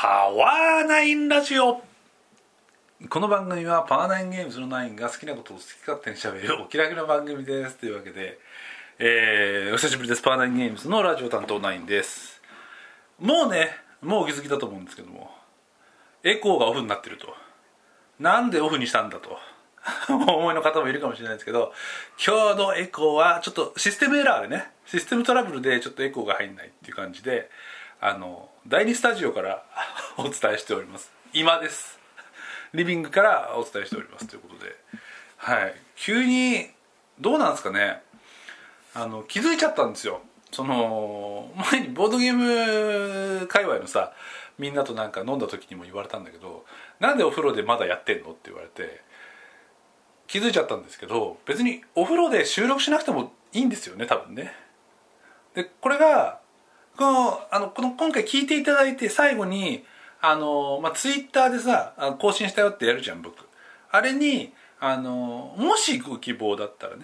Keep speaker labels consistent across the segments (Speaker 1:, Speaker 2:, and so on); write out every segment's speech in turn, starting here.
Speaker 1: パワーナインラジオ。この番組はパワーナインゲームズのナインが好きなことを好き勝手にしゃべるお気楽な番組ですというわけで、お久しぶりです。パワーナインゲームズのラジオ担当ナインです。もうお気づきだと思うんですけども、エコーがオフになってると。なんでオフにしたんだとお思いの方もいるかもしれないですけど、今日のエコーはちょっとシステムエラーでね、システムトラブルでちょっとエコーが入んないっていう感じで、第2スタジオからお伝えしております。今です。リビングからお伝えしておりますということで、はい、急にどうなんですかね、気づいちゃったんですよ。その前にボードゲーム界隈のさ、みんなとなんか飲んだ時にも言われたんだけど、なんでお風呂でまだやってんのって言われて気づいちゃったんですけど、別にお風呂で収録しなくてもいいんですよね、多分ね。でこれがこの今回聞いていただいて最後にツイッターでさ更新したよってやるじゃん僕。あれにもしご希望だったら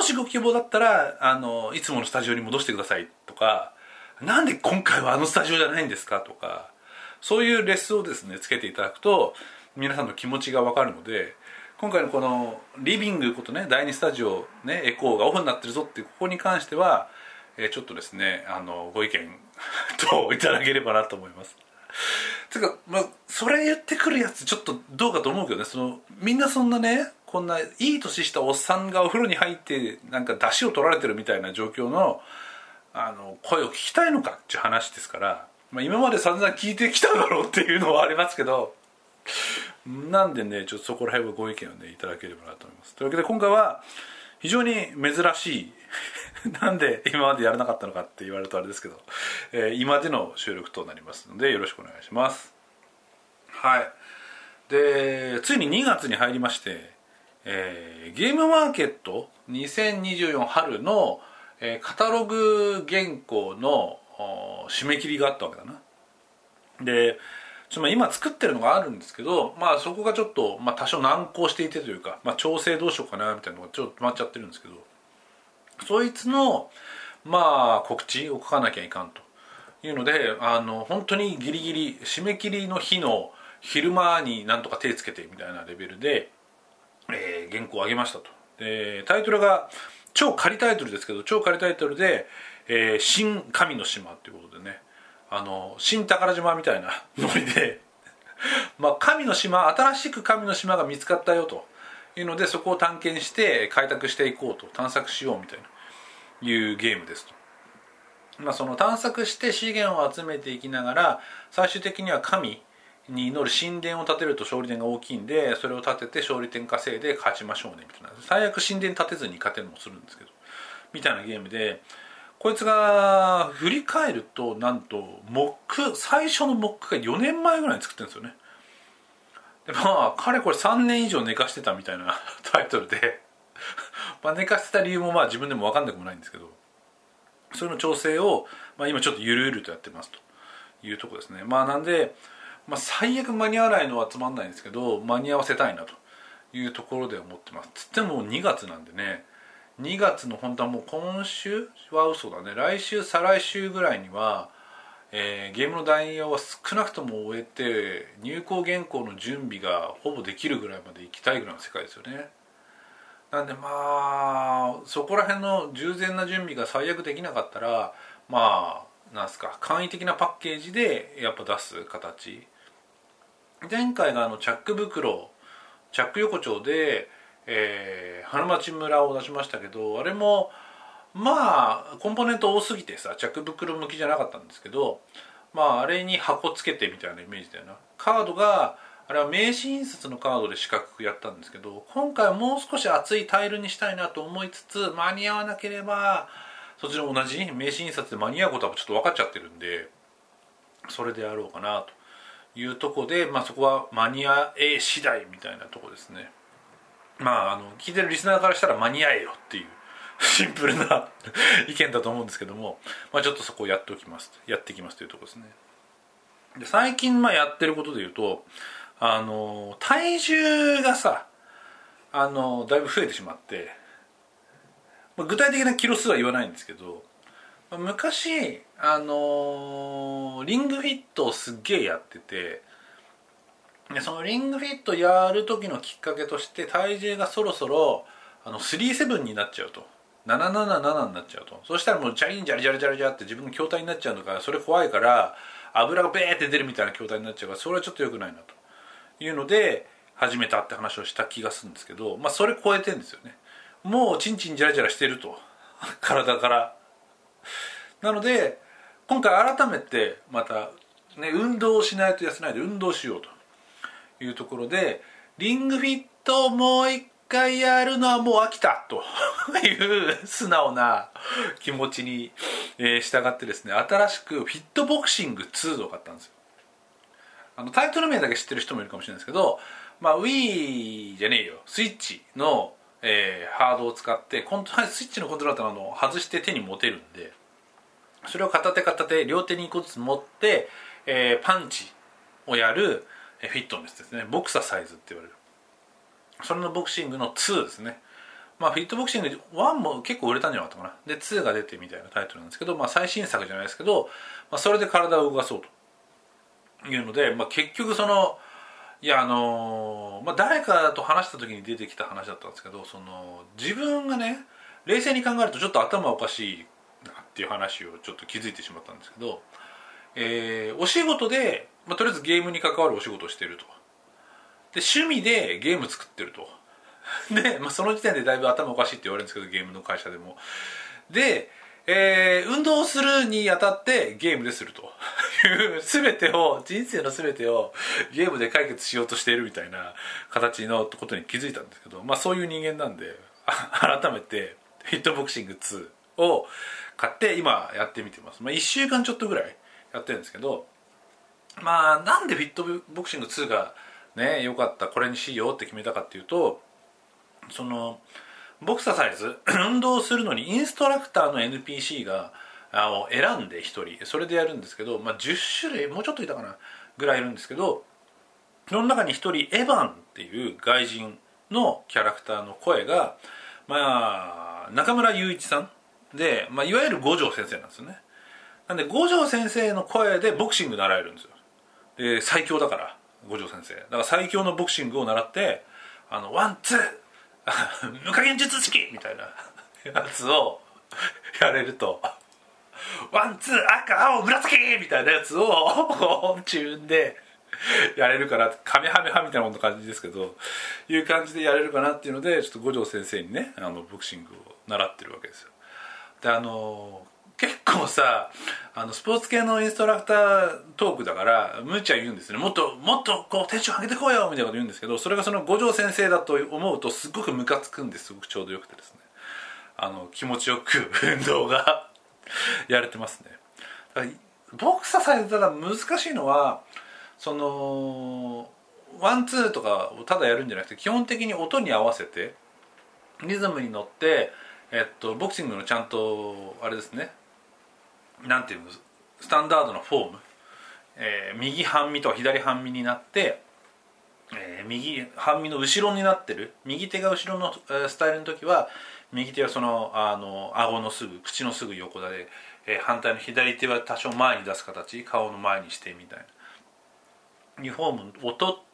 Speaker 1: いつものスタジオに戻してくださいとか、なんで今回はスタジオじゃないんですかとか、そういうレスをですねつけていただくと皆さんの気持ちが分かるので、今回のこのリビングことね、第2スタジオね、エコーがオフになってるぞっていうここに関してはちょっとですねご意見といただければなと思います。てかそれ言ってくるやつちょっとどうかと思うけどね、みんなそんなね、こんないい年したおっさんがお風呂に入ってなんか出汁を取られてるみたいな状況の声を聞きたいのかっていう話ですから、今まで散々聞いてきただろうっていうのはありますけど、なんでねちょっとそこら辺はご意見をねいただければなと思います。というわけで今回は非常に珍しいなんで今までやらなかったのかって言われるとあれですけど、今での収録となりますのでよろしくお願いします。はい。でついに2月に入りまして、ゲームマーケット2024春の、カタログ原稿の締め切りがあったわけだな。で今作ってるのがあるんですけど、そこがちょっと、多少難航していてというか、調整どうしようかなみたいなのがちょっと止まっちゃってるんですけど、そいつの告知を書かなきゃいかんというので、本当にギリギリ締め切りの日の昼間になんとか手つけてみたいなレベルで、原稿を上げましたと。でタイトルが超仮タイトルですけど、超仮タイトルで、新神の島ということでね、新宝島みたいなノリで神の島、新しく神の島が見つかったよというので、そこを探検して開拓していこうと、探索しようみたいないうゲームですと。その探索して資源を集めていきながら、最終的には神に祈る神殿を建てると勝利点が大きいんで、それを建てて勝利点稼いで勝ちましょうねみたいな、最悪神殿建てずに勝てるのもするんですけどみたいなゲームで、こいつが振り返るとなんと最初のモックが4年前ぐらいに作ってるんですよね。でかれこれ3年以上寝かしてたみたいなタイトルで寝かしてた理由も自分でも分かんなくもないんですけど、それの調整を、今ちょっとゆるゆるとやってますというところですね。なんで、最悪間に合わないのはつまんないんですけど、間に合わせたいなというところで思ってます。つっても2月なんでね、2月の本当はもう今週は嘘だね、来週再来週ぐらいには、ゲームの代用は少なくとも終えて入稿原稿の準備がほぼできるぐらいまで行きたいぐらいの世界ですよね。なんでそこら辺の従前な準備が最悪できなかったら、なんすか、簡易的なパッケージでやっぱ出す形。前回がチャック横丁で、春町村を出しましたけど、あれもコンポーネント多すぎてさ、チャック袋向きじゃなかったんですけど、あれに箱つけてみたいなイメージだよな。カードがあれは名刺印刷のカードで四角くやったんですけど、今回はもう少し厚いタイルにしたいなと思いつつ、間に合わなければそっちの同じ名刺印刷で間に合うことはちょっと分かっちゃってるんで、それでやろうかなというとこで、そこは間に合え次第みたいなとこですね。聞いてるリスナーからしたら間に合えよっていうシンプルな意見だと思うんですけども、ちょっとそこをやっていきますというところですね。で最近やってることでいうと、体重がさだいぶ増えてしまって、具体的なキロ数は言わないんですけど、 昔リングフィットをすっげえやってて、でそのリングフィットやる時のきっかけとして体重がそろそろ37になっちゃうと、777になっちゃうと、そしたらもうジャリンジャリジャリジャリジャリって自分の筐体になっちゃうのが、それ怖いから油がベーって出るみたいな筐体になっちゃうから、それはちょっと良くないなというので始めたって話をした気がするんですけど、それ超えてるんですよね。もうチンチンジャラジャラしてると体から。なので今回改めてまたね、運動をしないと痩せないで運動しようというところで、リングフィットをもう一回やるのはもう飽きたという素直な気持ちに従ってですね、新しくフィットボクシング2を買ったんですよ。タイトル名だけ知ってる人もいるかもしれないですけど、Wii じゃねえよ、スイッチの、ハードを使ってスイッチのコントローラーって外して手に持てるんで、それを片手両手に1個ずつ持って、パンチをやるフィットネスですね。ボクササイズって言われる、それのボクシングの2ですね。フィットボクシング1も結構売れたんじゃなかったかな。で2が出てみたいなタイトルなんですけど、最新作じゃないですけど、それで体を動かそうというので、結局誰かと話した時に出てきた話だったんですけど、自分がね冷静に考えるとちょっと頭おかしいなっていう話をちょっと気づいてしまったんですけど、お仕事で、とりあえずゲームに関わるお仕事をしていると。で趣味でゲーム作ってると。で、その時点でだいぶ頭おかしいって言われるんですけど、ゲームの会社でも。で、運動するにあたってゲームでするという人生の全てをゲームで解決しようとしているみたいな形のことに気づいたんですけど、そういう人間なんで改めてフィットボクシング2を買って今やってみてます。1週間ちょっとぐらいやってるんですけど、なんでフィットボクシング2がね良かった、これにしようって決めたかっていうと、ボクササイズ運動するのにインストラクターの NPC が選んで1人それでやるんですけど、10種類もうちょっといたかなぐらいいるんですけど、その中に1人エヴァンっていう外人のキャラクターの声が、中村雄一さんで、いわゆる五条先生なんですよね。なんで五条先生の声でボクシング習えるんですよ。で最強だから五条先生だから最強のボクシングを習って、ワンツー無加減術式みたいなやつをやれると、ワンツー赤青紫みたいなやつをチューンでやれるから、カメハメハみたいな感じですけど、いう感じでやれるかなっていうので、ちょっと五条先生にねボクシングを習ってるわけですよ。で結構さスポーツ系のインストラクタートークだから無茶言うんですね。もっとこうテンション上げてこいよみたいなこと言うんですけど、それがその五条先生だと思うとすごくムカつくんですごくちょうどよくてですね、気持ちよく運動がやれてますね。だからボクササイズただ難しいのはワンツーとかをただやるんじゃなくて、基本的に音に合わせてリズムに乗ってボクシングのちゃんとあれですね、なんていうの、スタンダードなフォーム、右半身とか左半身になって、右半身の後ろになってる、右手が後ろのスタイルの時は右手は顎のすぐ口のすぐ横で、反対の左手は多少前に出す形、顔の前にしてみたいないうフォームを取って、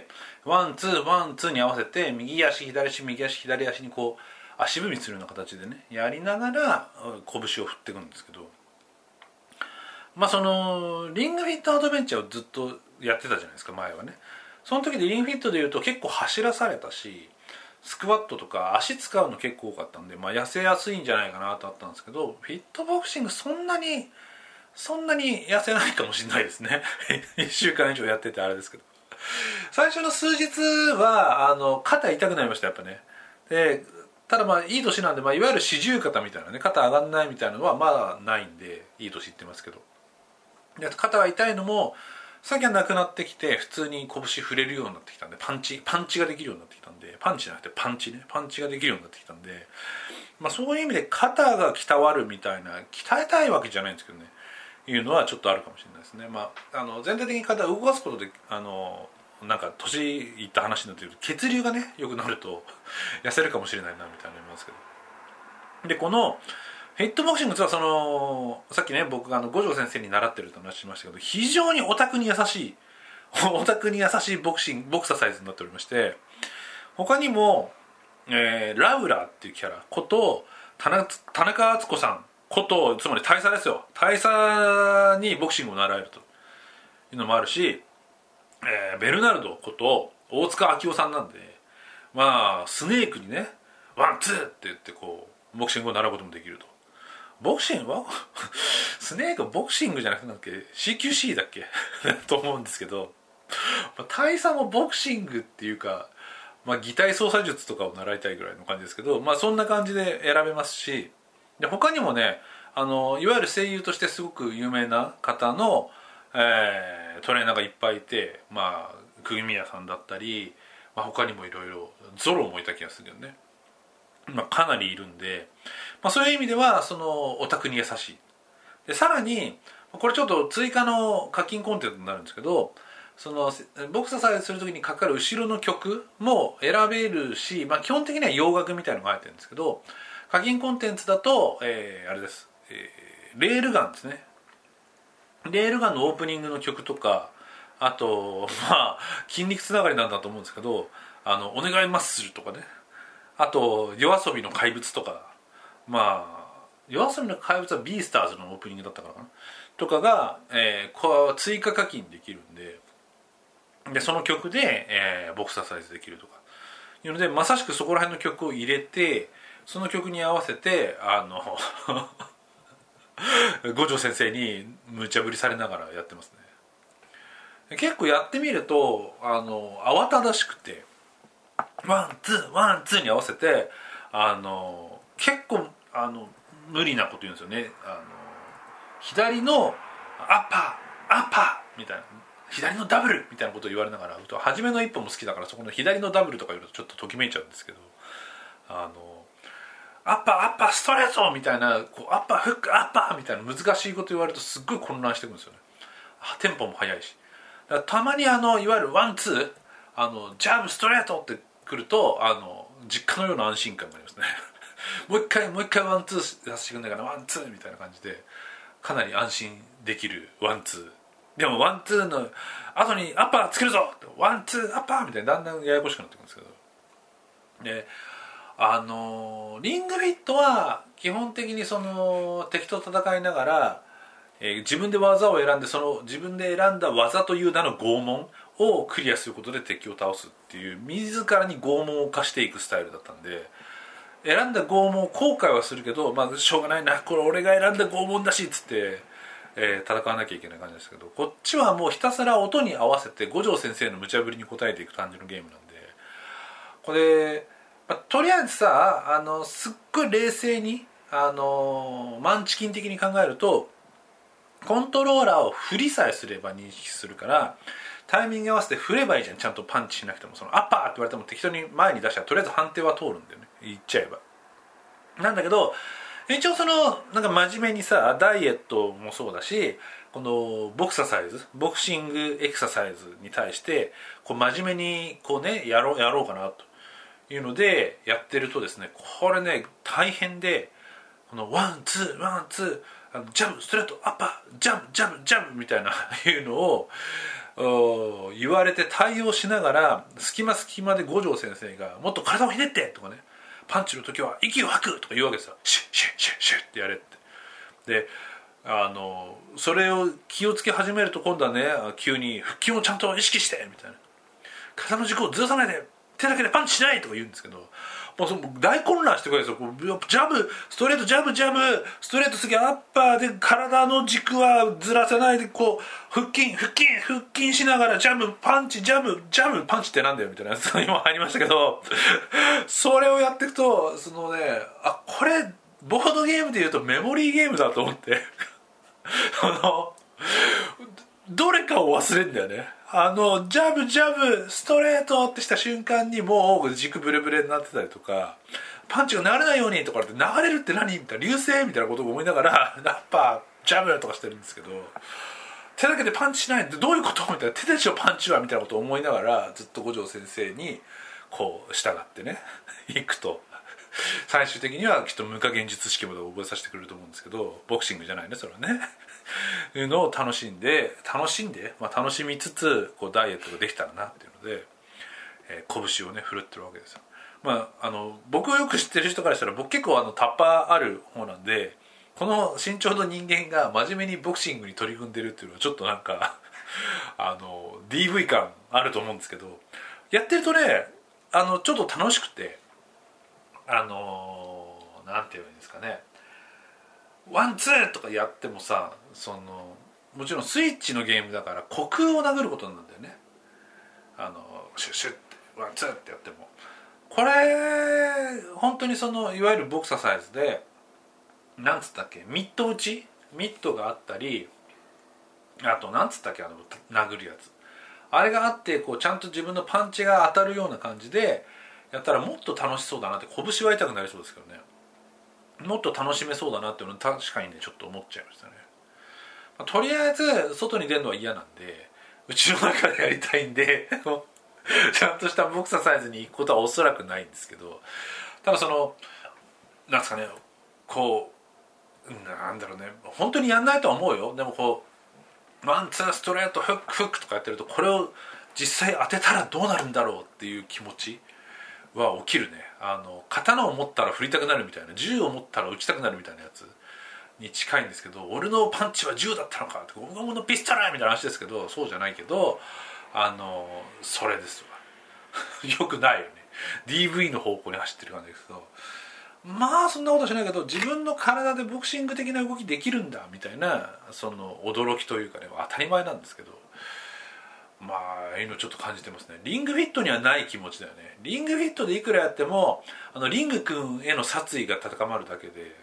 Speaker 1: ワンツーワンツーに合わせて右足左足右足左足にこう足踏みするような形でねやりながら拳を振っていくんですけど、リングフィットアドベンチャーをずっとやってたじゃないですか前はね。その時でリングフィットでいうと結構走らされたし、スクワットとか足使うの結構多かったんで、痩せやすいんじゃないかなとあったんですけど、フィットボクシングそんなに痩せないかもしれないですね1週間以上やっててあれですけど、最初の数日は肩痛くなりましたやっぱね。でただいい年なんで、いわゆる四十肩みたいなね、肩上がんないみたいなのはまだないんで、いい年いってますけど、で肩が痛いのも最近はなくなってきて、普通に拳振れるようになってきたんで、パンチができるようになってきたんで、パンチじゃなくてパンチができるようになってきたんで、そういう意味で肩が鍛わるみたいな、鍛えたいわけじゃないんですけどね、いうのはちょっとあるかもしれないですね。全体的に体を動かすことでなんか年いった話になってると血流がね良くなると痩せるかもしれないなみたいな思いますけど、でこのヒットボクシングとはさっきね僕が五条先生に習ってると話しましたけど、非常にオタクに優しいボクササイズになっておりまして、他にも、ラウラっていうキャラこと田中敦子さんこと、つまり大佐ですよ、大佐にボクシングを習えるというのもあるし、ベルナルドこと大塚明夫さんなんで、まあスネークにねワンツーって言ってこうボクシングを習うこともできると。ボクシングはスネークはボクシングじゃなくてなんだっけ CQC だっけと思うんですけど、大佐もボクシングっていうか、擬態操作術とかを習いたいぐらいの感じですけど、そんな感じで選べますし、で他にもねいわゆる声優としてすごく有名な方の、トレーナーがいっぱいいて、釘宮さんだったり、他にもいろいろゾロもいた気がするけどね、かなりいるんで、そういう意味ではオタクに優しい。でさらにこれちょっと追加の課金コンテンツになるんですけど、ボクササイズするときにかかる後ろの曲も選べるし、基本的には洋楽みたいなのが入ってるんですけど、課金コンテンツだと、あれです、レールガンですね。レールガンのオープニングの曲とか、あと筋肉つながりなんだと思うんですけど、お願いマッスルとかね、あと夜遊びの怪物とか、夜遊びの怪物はビースターズのオープニングだったからかなとかが、こう追加課金できるんで、その曲で、ボクササイズできるとかいうので、まさしくそこら辺の曲を入れて、その曲に合わせて五条先生に無茶ぶりされながらやってますね。結構やってみると慌ただしくて、ワンツーワンツーに合わせて結構無理なこと言うんですよね。左のアッパーアッパーみたいな、左のダブルみたいなことを言われながら、初めの一歩も好きだから、そこの左のダブルとか言うとちょっとときめいちゃうんですけど、アッパーアッパーストレートみたいな、こうアッパーフックアッパーみたいな難しいこと言われるとすっごい混乱してくるんですよね。テンポも速いし、だからたまにいわゆるワンツージャブストレートってくると実家のような安心感がありますねもう一回ワンツーやらせてくんないかな、ワンツーみたいな感じでかなり安心できるワンツー。でもワンツーの後にアッパーつけるぞ、ワンツーアッパーみたいな、だんだんややこしくなってくるんですけど、でリングフィットは基本的に敵と戦いながら、自分で技を選んで、自分で選んだ技という名の拷問をクリアすることで敵を倒すっていう、自らに拷問を課していくスタイルだったんで、選んだ拷問を後悔はするけど、しょうがないな、これ俺が選んだ拷問だしっつって、戦わなきゃいけない感じですけど、こっちはもうひたすら音に合わせて五条先生の無茶ぶりに応えていく感じのゲームなんで、これとりあえずさ、すっごい冷静にマンチキン的に考えると、コントローラーを振りさえすれば認識するから、タイミング合わせて振ればいいじゃん。ちゃんとパンチしなくても、アッパーって言われても適当に前に出したらとりあえず判定は通るんだよね、言っちゃえば。なんだけど一応なんか真面目にさ、ダイエットもそうだし、このボクシングエクササイズに対してこう真面目にこうねやろうかなというのでやってるとですね、これね大変で、このワンツーワンツージャブストレートアッパージャブジャブジャブみたいないうのを言われて対応しながら、隙間で五条先生がもっと体をひねってとかね、パンチの時は息を吐くとか言うわけですよ。シュッシュッシュッシュッってやれって。でそれを気をつけ始めると、今度はね急に腹筋をちゃんと意識してみたいな、肩の軸をずらさないで手だけでパンチしないとか言うんですけど、もう大混乱してくるんですよ。ジャブストレートジャブジャブストレート次アッパーで体の軸はずらさないで、こう腹筋しながらジャブパンチジャブジャブパンチってなんだよみたいなやつが今入りましたけどそれをやっていくとこれボードゲームでいうとメモリーゲームだと思ってどれかを忘れるんだよね。ジャブジャブストレートってした瞬間にもう軸ブレブレになってたりとか、パンチが流れないようにとかって、流れるって何みたいな、流星みたいなことを思いながらラッパージャブとかしてるんですけど、手だけでパンチしないってどういうことみたいな、手でしょパンチはみたいなことを思いながらずっと五条先生にこう従ってね行くと最終的にはきっと無加減術式まで覚えさせてくれると思うんですけど、ボクシングじゃないねそれはねいうのを楽しみつつこうダイエットができたらなっていうので、拳をね振るってるわけですよ。僕をよく知ってる人からしたら僕結構タッパーある方なんで、この身長の人間が真面目にボクシングに取り組んでるっていうのはちょっとなんかDV 感あると思うんですけど、やってるとねちょっと楽しくてなんて言えばいいんですかね、ワンツーとかやってもさ、もちろんスイッチのゲームだから虚空を殴ることなんだよね。シュッシュッってワンツーってやってもこれ本当にいわゆるボクササイズでなんつったっけ、ミット打ちミットがあったり、あとなんつったっけ殴るやつ、あれがあってこうちゃんと自分のパンチが当たるような感じでやったらもっと楽しそうだなって、拳は痛くなりそうですけどね、もっと楽しめそうだなっていうのは確かにねちょっと思っちゃいましたね。とりあえず外に出るのは嫌なんでうちの中でやりたいんでちゃんとしたボクササイズに行くことはおそらくないんですけど、ただなんですかね、こうなんだろうね、本当にやんないとは思うよ。でもこうワンツーストレートフックフックとかやってるとこれを実際当てたらどうなるんだろうっていう気持ちは起きるね。刀を持ったら振りたくなるみたいな、銃を持ったら撃ちたくなるみたいなやつに近いんですけど、俺のパンチは銃だったのかって、俺のピストルみたいな話ですけど、そうじゃないけどそれですわよくないよね、 DV の方向に走ってる感じですけど、まあそんなことはしないけど自分の体でボクシング的な動きできるんだみたいな驚きというかね、当たり前なんですけど、まあいうのちょっと感じてますね。リングフィットにはない気持ちだよね。リングフィットでいくらやってもリング君への殺意が高まるだけで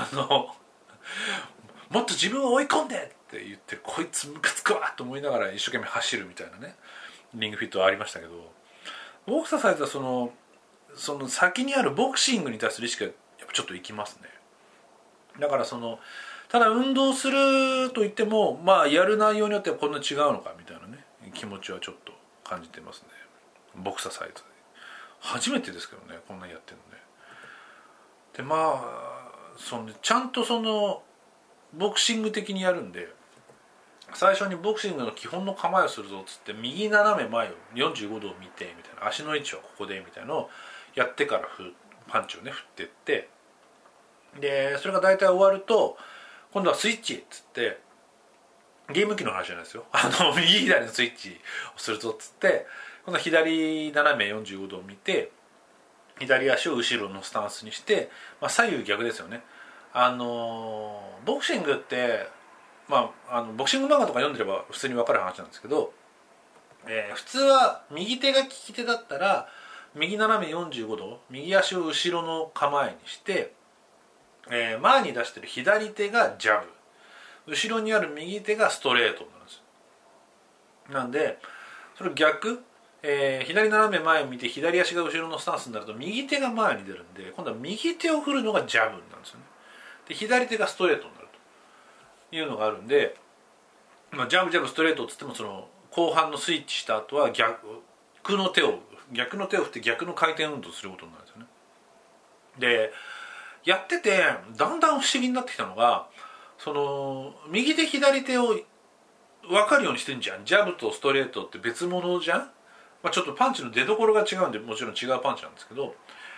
Speaker 1: もっと自分を追い込んでって言ってこいつムカつくわと思いながら一生懸命走るみたいなねリングフィットはありましたけど、ボクササイズはその先にあるボクシングに対する意識がやっぱちょっといきますね。だからただ運動するといってもまあやる内容によってはこんな違うのかみたいなね気持ちはちょっと感じてますね。ボクササイズ初めてですけどね、こんなにやってるのね。でまあちゃんとボクシング的にやるんで、最初にボクシングの基本の構えをするぞっつって右斜め前を45度を見てみたいな、足の位置はここでみたいなのをやってからパンチをね振っていって、でそれが大体終わると今度はスイッチっつってゲーム機の話じゃないですよ、右左のスイッチをするぞっつって今度は左斜め45度を見て左足を後ろのスタンスにして、まあ、左右逆ですよね。ボクシングってボクシング漫画とか読んでれば普通に分かる話なんですけど、普通は右手が利き手だったら右斜め45度右足を後ろの構えにして、前に出してる左手がジャブ、後ろにある右手がストレートになるんですよ。なんでそれ逆、左斜め前を見て左足が後ろのスタンスになると右手が前に出るんで今度は右手を振るのがジャブなんですよね。で左手がストレートになるというのがあるんで、ジャブジャブストレートっつっても後半のスイッチした後は逆の手を振って逆の回転運動することになるんですよね。でやっててだんだん不思議になってきたのが右手左手を分かるようにしてんじゃん。ジャブとストレートって別物じゃん、ちょっとパンチの出所が違うんでもちろん違うパンチなんですけど、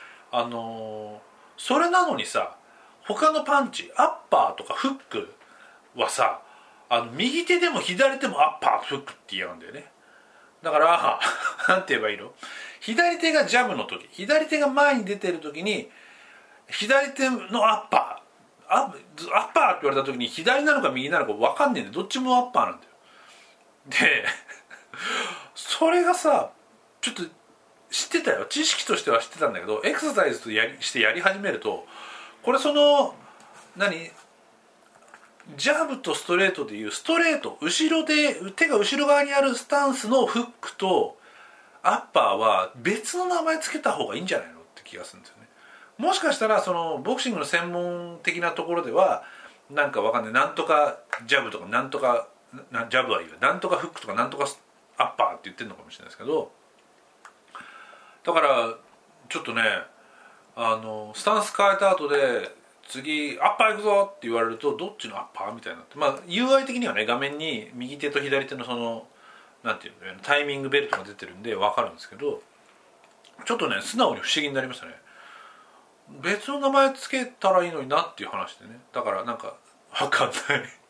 Speaker 1: それなのにさ他のパンチアッパーとかフックはさ右手でも左手もアッパーフックって言うんだよね。だからなんて言えばいいの、左手がジャブの時左手が前に出てる時に左手のアッパーって言われた時に左なのか右なのか分かんねえんでどっちもアッパーなんだよ。でそれがさちょっと知ってたよ、知識としては知ってたんだけどエクササイズとしてやり始めるとこれジャブとストレートでいうストレート後ろで手が後ろ側にあるスタンスのフックとアッパーは別の名前つけた方がいいんじゃないのって気がするんですよね。もしかしたらボクシングの専門的なところではなんかわかんない、なんとかジャブとかなんとかジャブはいいわなんとかフックとかなんとかアッパーって言ってるのかもしれないですけど、だからちょっとねスタンス変えた後で次アッパー行くぞって言われるとどっちのアッパーみたいになって、まあ UI 的にはね画面に右手と左手のそのなんていうのタイミングベルトが出てるんで分かるんですけど、ちょっとね素直に不思議になりましたね。別の名前つけたらいいのになっていう話でね。だからなんか分かんない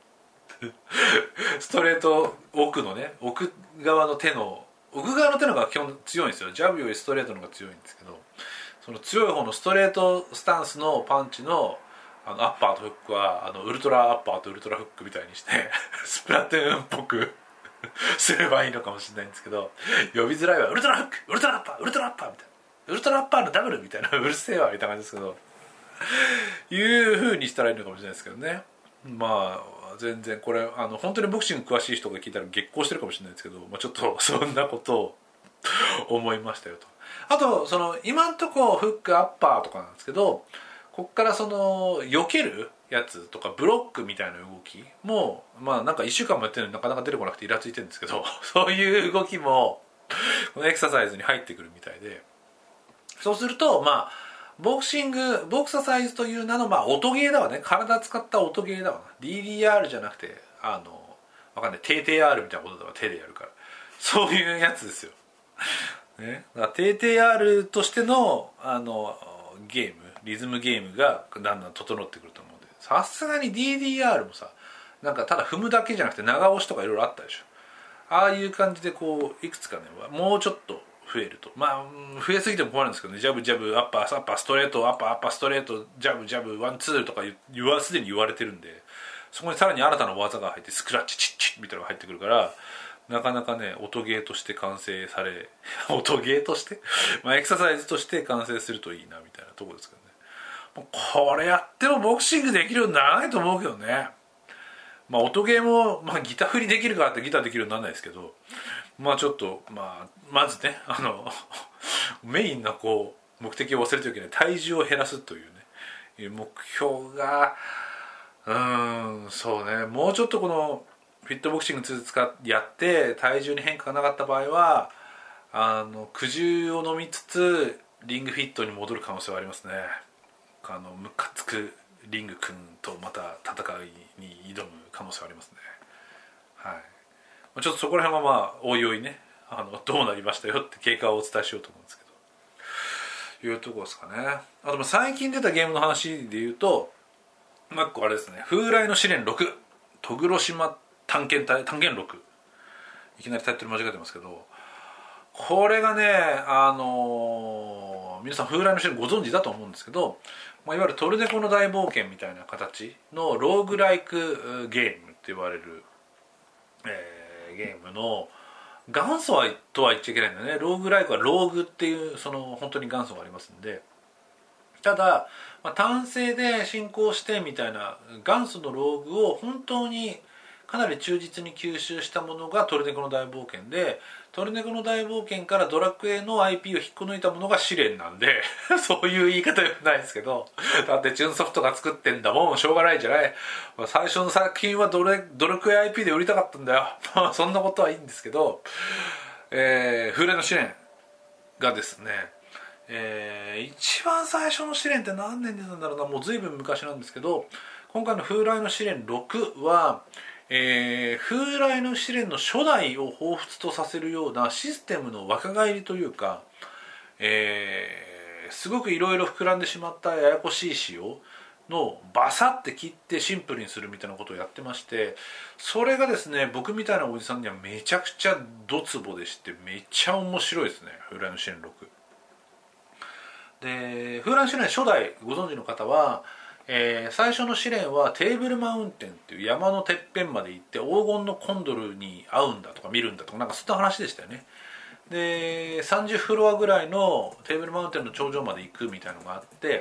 Speaker 1: ストレート奥のね奥側の手の方が基本強いんですよ。ジャブよりストレートの方が強いんですけど、その強い方のストレートスタンスのパンチのアッパーとフックはウルトラアッパーとウルトラフックみたいにしてスプラトゥーンっぽくすればいいのかもしれないんですけど、呼びづらいわ。ウルトラフックウルトラアッパーウルトラアッパーみたいな、ウルトラアッパーのダブルみたいな、うるせえわみたいな感じですけどいう風にしたらいいのかもしれないですけどね。まあ全然これ本当にボクシング詳しい人が聞いたら激高してるかもしれないですけど、まあ、ちょっとそんなことを思いましたよと。あとその今んとこフックアッパーとかなんですけど、こっからその避けるやつとかブロックみたいな動きもまあなんか1週間もやってるのになかなか出てこなくてイラついてるんですけどそういう動きもこのエクササイズに入ってくるみたいで、そうするとまあボクササイズという名のまあ音ゲーだわね。体使った音ゲーだわな。 DDR じゃなくてわかんない TTR みたいなことだわ。手でやるからそういうやつですよね。だから TTR としてのゲームリズムゲームがだんだん整ってくると思うんで、さすがに DDR もさなんかただ踏むだけじゃなくて長押しとかいろいろあったでしょ。ああいう感じでこういくつかねもうちょっと増えると、まあ増えすぎても困るんですけどね。ジャブジャブアッパーアッパーストレートアッパーアッパーストレートジャブジャブワンツーとかすでに言われてるんで、そこにさらに新たな技が入ってスクラッチチッチッみたいなのが入ってくるから、なかなかね音ゲーとして完成され音ゲーとしてまあエクササイズとして完成するといいなみたいなところですけどね。これやってもボクシングできるようにならないと思うけどね。まあ音ゲーも、まあ、ギター振りできるからってギターできるようにならないですけど、まあちょっとまずねメインのこう目的を忘れてはいけない体重を減らすというね目標がそうね、もうちょっとこのフィットボクシングやって体重に変化がなかった場合は苦汁を飲みつつリングフィットに戻る可能性はありますね。ムカつくリング君とまた戦いに挑む可能性はありますね。はい、ちょっとそこら辺はまあおいおいねどうなりましたよって経過をお伝えしようと思うんですけど、いうところですかね。あと最近出たゲームの話で言うともう一個あれですね、風来の試練6戸黒島探検6、いきなりタイトル間違えてますけど、これがね皆さん風来の試練ご存知だと思うんですけど、いわゆるトルネコの大冒険みたいな形のローグライクゲームって言われる、ゲームの元祖とは言っちゃいけないんだよね。ローグライクはローグっていうその本当に元祖がありますんで、ただ、単性で進行してみたいな元祖のローグを本当にかなり忠実に吸収したものがトルネコの大冒険で、トルネコの大冒険からドラクエの IP を引っこ抜いたものが試練なんでそういう言い方じゃないですけど、だってチューンソフトが作ってんだもん、しょうがないじゃない。最初の作品はドラクエ IP で売りたかったんだよそんなことはいいんですけど、風来の試練がですね、一番最初の試練って何年出たんだろうな、もう随分昔なんですけど、今回の風来の試練6は風来の試練の初代を彷彿とさせるようなシステムの若返りというか、すごくいろいろ膨らんでしまったややこしい仕様のバサッて切ってシンプルにするみたいなことをやってまして、それがですね僕みたいなおじさんにはめちゃくちゃドツボでして、めっちゃ面白いですね風来の試練6で。風来の試練初代ご存知の方は最初の試練はテーブルマウンテンっていう山のてっぺんまで行って黄金のコンドルに会うんだとか見るんだとか、なんかそんな話でしたよね。で30フロアぐらいのテーブルマウンテンの頂上まで行くみたいなのがあって、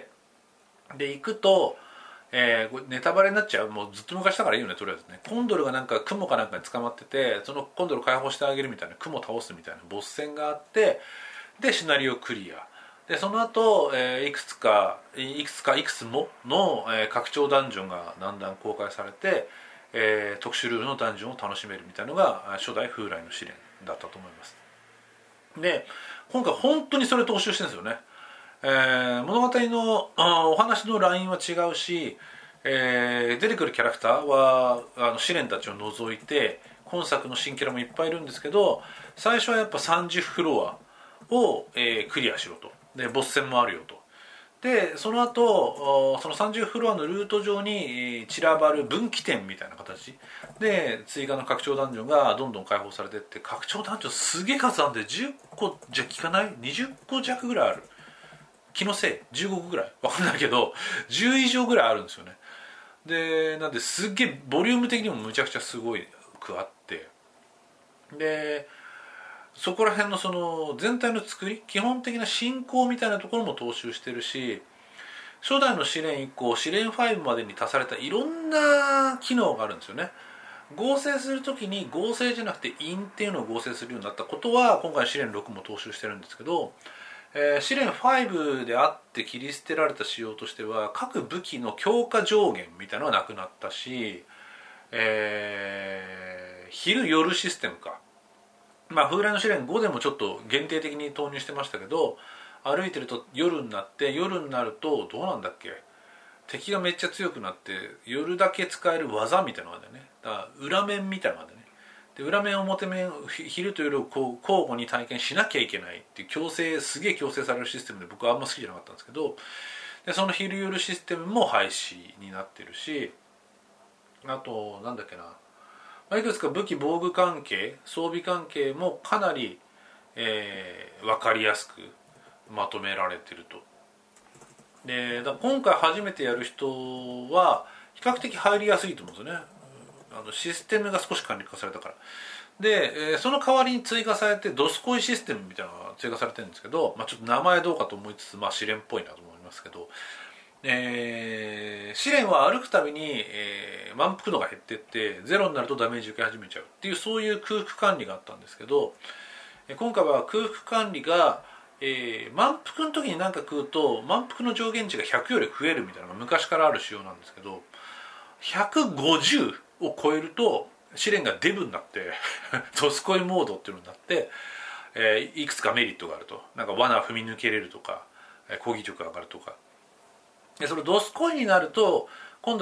Speaker 1: で行くと、ネタバレになっちゃう、もうずっと昔だからいいよね。とりあえずね、コンドルがなんか雲かなんかに捕まってて、そのコンドルを解放してあげるみたいな、雲を倒すみたいなボス戦があって、でシナリオクリアで、その後、いくつもの、拡張ダンジョンがだんだん公開されて、特殊ルールのダンジョンを楽しめるみたいなのが初代風来の試練だったと思います。で今回本当にそれ踏襲してるんですよね。 物語のお話のラインは違うし、出てくるキャラクターは試練たちを除いて今作の新キャラもいっぱいいるんですけど、最初はやっぱ30フロアを、クリアしろと。でボス戦もあるよと。でその後その30フロアのルート上に散らばる分岐点みたいな形で追加の拡張ダンジョンがどんどん開放されていって、拡張ダンジョンすげえ数あるんで10個じゃ効かない、20個弱ぐらいある、気のせい15個ぐらいわかんないけど10以上ぐらいあるんですよね。でなんですっげえボリューム的にもむちゃくちゃすごくあって、でそこら辺のその全体の作り、基本的な進行みたいなところも踏襲してるし、初代の試練以降試練5までに足されたいろんな機能があるんですよね。合成するときに合成じゃなくて因っていうのを合成するようになったことは今回試練6も踏襲してるんですけど、試練5であって切り捨てられた仕様としては各武器の強化上限みたいなのがなくなったし、昼夜システムか、風来の試練5でもちょっと限定的に投入してましたけど、歩いてると夜になって夜になるとどうなんだっけ、敵がめっちゃ強くなって夜だけ使える技みたいなのがあるんだよね。だから裏面みたいなのがあるんだよね。で裏面表面昼と夜をこう交互に体験しなきゃいけないっていう強制、すげえ強制されるシステムで僕はあんま好きじゃなかったんですけど、でその昼夜システムも廃止になってるし、あとなんだっけな、いくつか武器防具関係装備関係もかなり、分かりやすくまとめられてると。でだから今回初めてやる人は比較的入りやすいと思うんですよね。システムが少し管理化されたから。で、その代わりに追加されてドスコイシステムみたいなのが追加されてるんですけど、ちょっと名前どうかと思いつつ、試練っぽいなと思いますけど、試練は歩くたびに、満腹度が減っていってゼロになるとダメージ受け始めちゃうっていう、そういう空腹管理があったんですけど、今回は空腹管理が、満腹の時に何か食うと満腹の上限値が100より増えるみたいなのが昔からある仕様なんですけど、150を超えると試練がデブになってドスコイモードっていうのになって、いくつかメリットがあると。なんか罠踏み抜けれるとか、攻撃力が上がるとか。でそのドスコイになると今度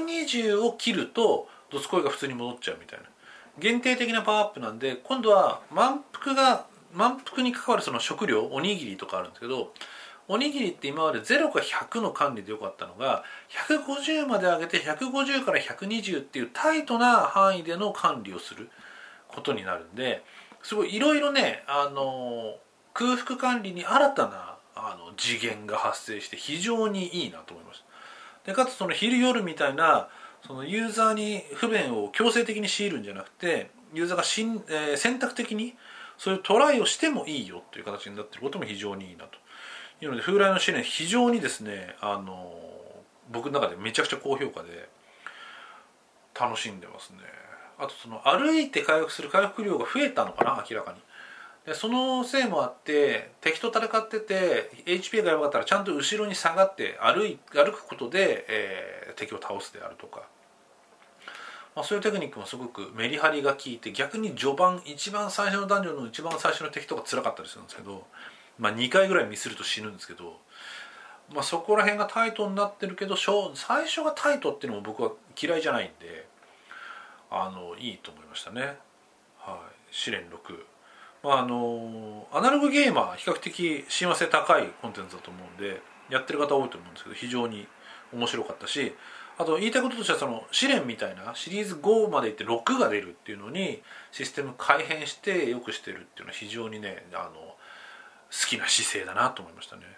Speaker 1: 120を切るとドスコイが普通に戻っちゃうみたいな限定的なパワーアップなんで、今度は満腹に関わるその食料、おにぎりとかあるんですけど、おにぎりって今まで0か100の管理でよかったのが150まで上げて150から120っていうタイトな範囲での管理をすることになるんで、すごいいろいろね、空腹管理に新たな次元が発生して非常にいいなと思いました。でかつその昼夜みたいなそのユーザーに不便を強制的に強いるんじゃなくて、ユーザーが選択的にそういうトライをしてもいいよという形になっていることも非常にいいなというので、風来の試練非常にですね、僕の中でめちゃくちゃ高評価で楽しんでますね。あとその歩いて回復する回復量が増えたのかな、明らかに。でそのせいもあって敵と戦ってて HP が弱かったらちゃんと後ろに下がって歩くことで、敵を倒すであるとか、そういうテクニックもすごくメリハリが効いて、逆に序盤一番最初のダンジョンの一番最初の敵とか辛かったりするんですけど、2回ぐらいミスると死ぬんですけど、そこら辺がタイトになってるけど最初がタイトっていうのも僕は嫌いじゃないんでいいと思いましたね。試練6、アナログゲーマー比較的親和性高いコンテンツだと思うんでやってる方多いと思うんですけど、非常に面白かったし、あと言いたいこととしてはその試練みたいなシリーズ5までいって6が出るっていうのにシステム改変して良くしてるっていうのは非常にね好きな姿勢だなと思いましたね。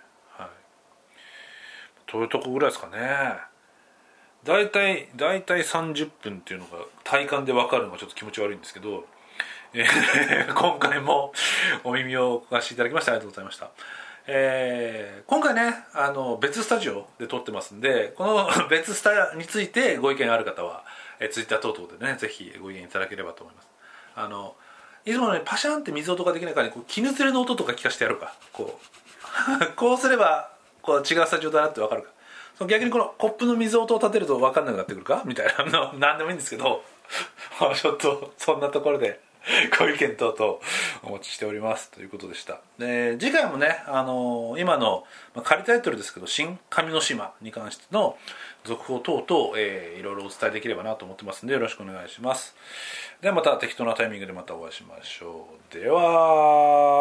Speaker 1: というとこぐらいですかね。だいたい30分っていうのが体感で分かるのがちょっと気持ち悪いんですけど、今回もお耳をお貸しいただきましてありがとうございました。今回ね別スタジオで撮ってますんで、この別スタについてご意見ある方は、Twitter 等々でねぜひご意見いただければと思います。いつものねパシャンって水音ができないから、ね、絹ずれの音とか聞かせてやるか、こうすればこう違うスタジオだなって分かるか、逆にこのコップの水音を立てると分かんなくなってくるかみたいなの何でもいいんですけどちょっとそんなところでご意見等々お待ちしておりますということでした。で次回もね、今の、仮タイトルですけど新上の島に関しての続報等々、いろいろお伝えできればなと思ってますんでよろしくお願いします。ではまた適当なタイミングでまたお会いしましょう。では